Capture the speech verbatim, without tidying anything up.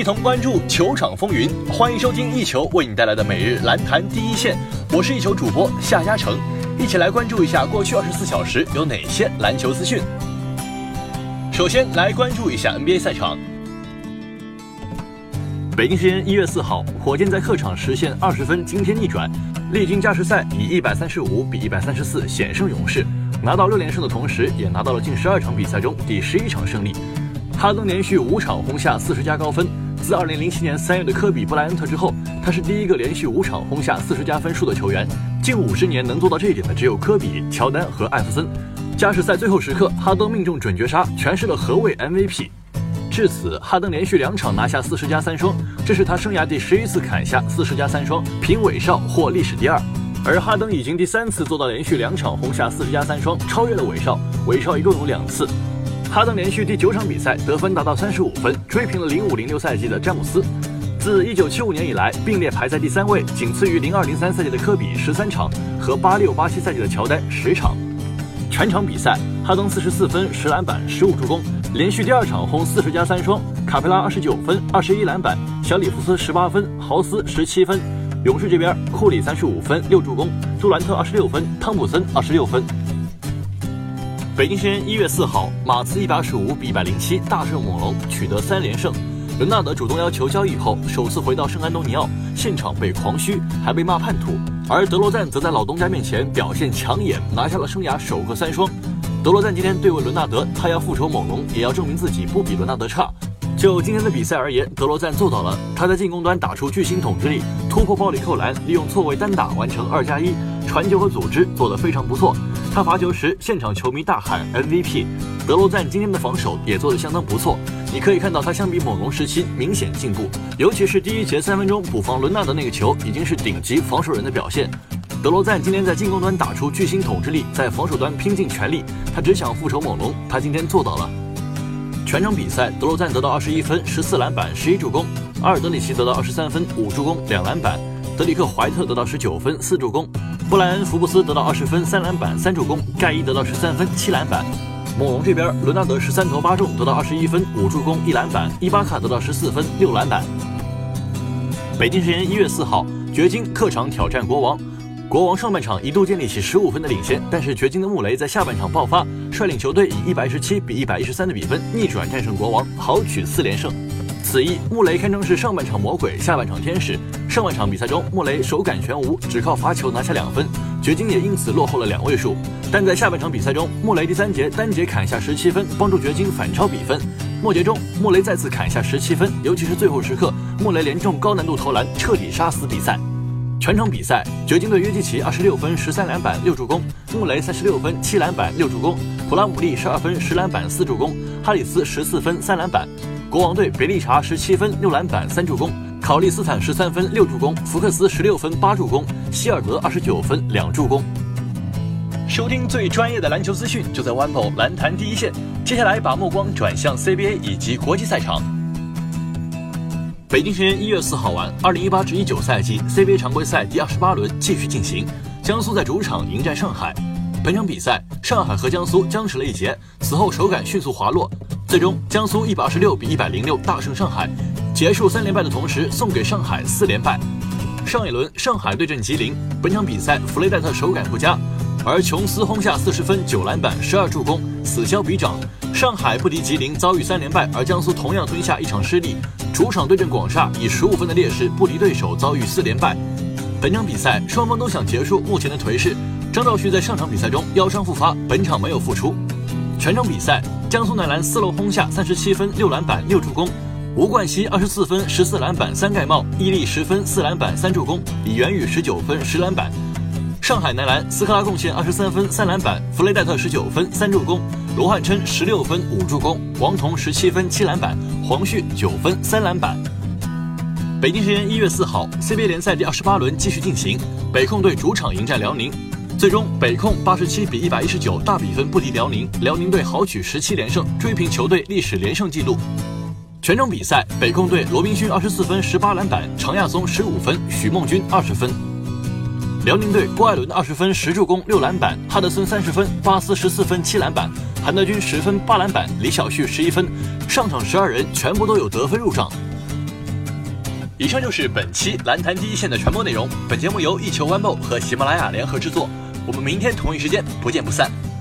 同关注球场风云，欢迎收听一球为你带来的每日篮坛第一线，我是一球主播夏嘉诚，一起来关注一下过去二十四小时有哪些篮球资讯。首先来关注一下 N B A 赛场。北京时间一月四号，火箭在客场实现二十分惊天逆转，历经加时赛以一百三十五比一百三十四险胜勇士，拿到六连胜的同时，也拿到了近十二场比赛中第十一场胜利。哈登连续五场轰下四十加高分，自二零零七年三月的科比布莱恩特之后，他是第一个连续五场轰下四十加分数的球员。近五十年能做到这一点的只有科比、乔丹和艾弗森。加时赛最后时刻，哈登命中准绝杀，诠释了何谓 M V P。至此，哈登连续两场拿下四十加三双，这是他生涯第十一次砍下四十加三双，凭韦少获历史第二。而哈登已经第三次做到连续两场轰下四十加三双，超越了韦少，韦少一共有两次。哈登连续第九场比赛得分达到三十五分，追平了零五零六赛季的詹姆斯。自一九七五年以来，并列排在第三位，仅次于零二零三赛季的科比十三场和八六八七赛季的乔丹十场。全场比赛，哈登四十四分、十篮板、十五助攻，连续第二场轰四十加三双。卡佩拉二十九分、二十一篮板，小里弗斯十八分，豪斯十七分。勇士这边，库里三十五分、六助攻，杜兰特二十六分，汤普森二十六分。北京时间一月四号，马刺一百二十五比一百零七大胜猛龙，取得三连胜。伦纳德主动要求交易后，首次回到圣安东尼奥，现场被狂嘘，还被骂叛徒。而德罗赞则在老东家面前表现抢眼，拿下了生涯首个三双。德罗赞今天对问伦纳德，他要复仇猛龙，也要证明自己不比伦纳德差。就今天的比赛而言，德罗赞做到了，他在进攻端打出巨星统治力，突破暴力扣篮，利用错位单打完成二加一，传球和组织做得非常不错。他罚球时，现场球迷大喊 M V P。德罗赞今天的防守也做得相当不错，你可以看到他相比猛龙时期明显进步，尤其是第一节三分钟补防伦纳德那个球，已经是顶级防守人的表现。德罗赞今天在进攻端打出巨星统治力，在防守端拼尽全力，他只想复仇猛龙，他今天做到了。全场比赛，德罗赞得到二十一分、十四篮板、十一助攻；阿尔德里奇得到二十三分、五助攻、两篮板；德里克怀特得到十九分、四助攻；布莱恩福布斯得到二十分、三篮板、三助攻；盖伊得到十三分、七篮板。猛龙这边，伦纳德十三投八中，得到二十一分、五助攻、一篮板；伊巴卡得到十四分、六篮板。北京时间一月四号，掘金客场挑战国王。国王上半场一度建立起十五分的领先，但是掘金的穆雷在下半场爆发，率领球队以一百一十七比一百一十三的比分逆转战胜国王，豪取四连胜。此役，穆雷堪称是上半场魔鬼，下半场天使。上半场比赛中，穆雷手感全无，只靠罚球拿下两分，掘金也因此落后了两位数。但在下半场比赛中，穆雷第三节单节砍下十七分，帮助掘金反超比分。末节中，穆雷再次砍下十七分，尤其是最后时刻，穆雷连中高难度投篮，彻底杀死比赛。全场比赛，掘金队约基奇二十六分、十三篮板、六助攻；穆雷三十六分、七篮板、六助攻；普拉姆利十二分、十篮板、四助攻；哈里斯十四分、三篮板。国王队别利查十七分、六篮板、三助攻；考利斯坦十三分、六助攻；福克斯十六分、八助攻；希尔德二十九分、两助攻。收听最专业的篮球资讯，就在 OnePo 篮坛第一线。接下来把目光转向 C B A 以及国际赛场。北京时间一月四号晚，二零一八至一九赛季 C B A 常规赛第二十八轮继续进行，江苏在主场迎战上海。本场比赛，上海和江苏僵持了一节，此后手感迅速滑落，最终江苏一百二十六比一百零六大胜上海，结束三连败的同时送给上海四连败。上一轮上海对阵吉林，本场比赛弗雷戴特手感不佳，而琼斯轰下四十分、九篮板、十二助攻，此消彼长。上海不敌吉林，遭遇三连败，而江苏同样吞下一场失利。主场对阵广厦，以十五分的劣势不敌对手，遭遇四连败。本场比赛双方都想结束目前的颓势。张兆旭在上场比赛中腰伤复发，本场没有复出。全场比赛，江苏男篮四漏轰下三十七分、六篮板、六助攻；吴冠希二十四分、十四篮板、三盖帽；伊利十分、四篮板、三助攻；李元宇十九分、十篮板。上海男篮斯科拉贡献二十三分、三篮板；弗雷戴特十九分、三助攻；罗汉琛十六分、五助攻；王彤十七分、七篮板；黄旭九分、三篮板。北京时间一月四号 ，C B A 联赛第二十八轮继续进行，北控队主场迎战辽宁。最终，北控八十七比一百一十九大比分不敌辽宁，辽宁队豪取十七连胜，追平球队历史连胜纪录。全场比赛，北控队罗宾逊二十四分、十八篮板，常亚松十五分，许梦君二十分。辽宁队郭艾伦二十分、十助攻、六篮板，哈德森三十分，巴斯十四分、七篮板，韩德君十分、八篮板，李晓旭十一分，上场十二人全部都有得分入账。 以上就是本期篮坛第一线的全部内容。本节目由一球 One Ball 和喜马拉雅联合制作。我们明天同一时间不见不散。